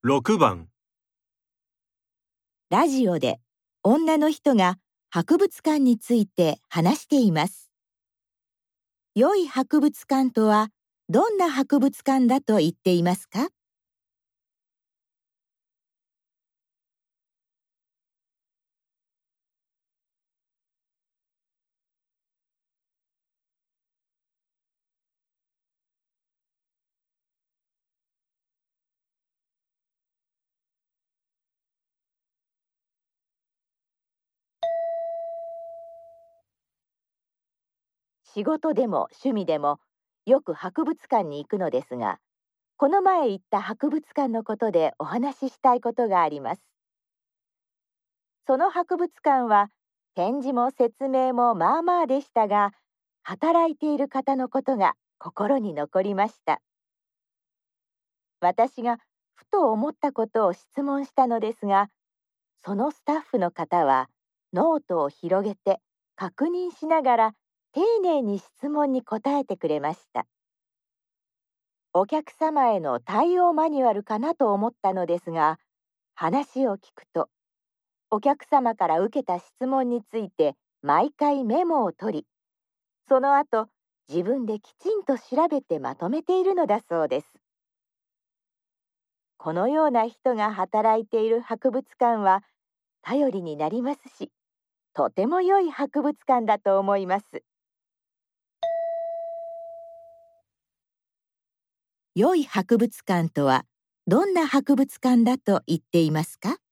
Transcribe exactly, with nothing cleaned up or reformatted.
ろくばん。 ラジオで女の人が博物館について話しています。良い博物館とはどんな博物館だと言っていますか？仕事でも趣味でもよく博物館に行くのですが、この前行った博物館のことでお話ししたいことがあります。その博物館は展示も説明もまあまあでしたが、働いている方のことが心に残りました。私がふと思ったことを質問したのですが、そのスタッフの方はノートを広げて確認しながら丁寧に質問に答えてくれました。お客様への対応マニュアルかなと思ったのですが、話を聞くと、お客様から受けた質問について毎回メモを取り、その後自分できちんと調べてまとめているのだそうです。このような人が働いている博物館は頼りになりますし、とても良い博物館だと思います。良い博物館とはどんな博物館だと言っていますか？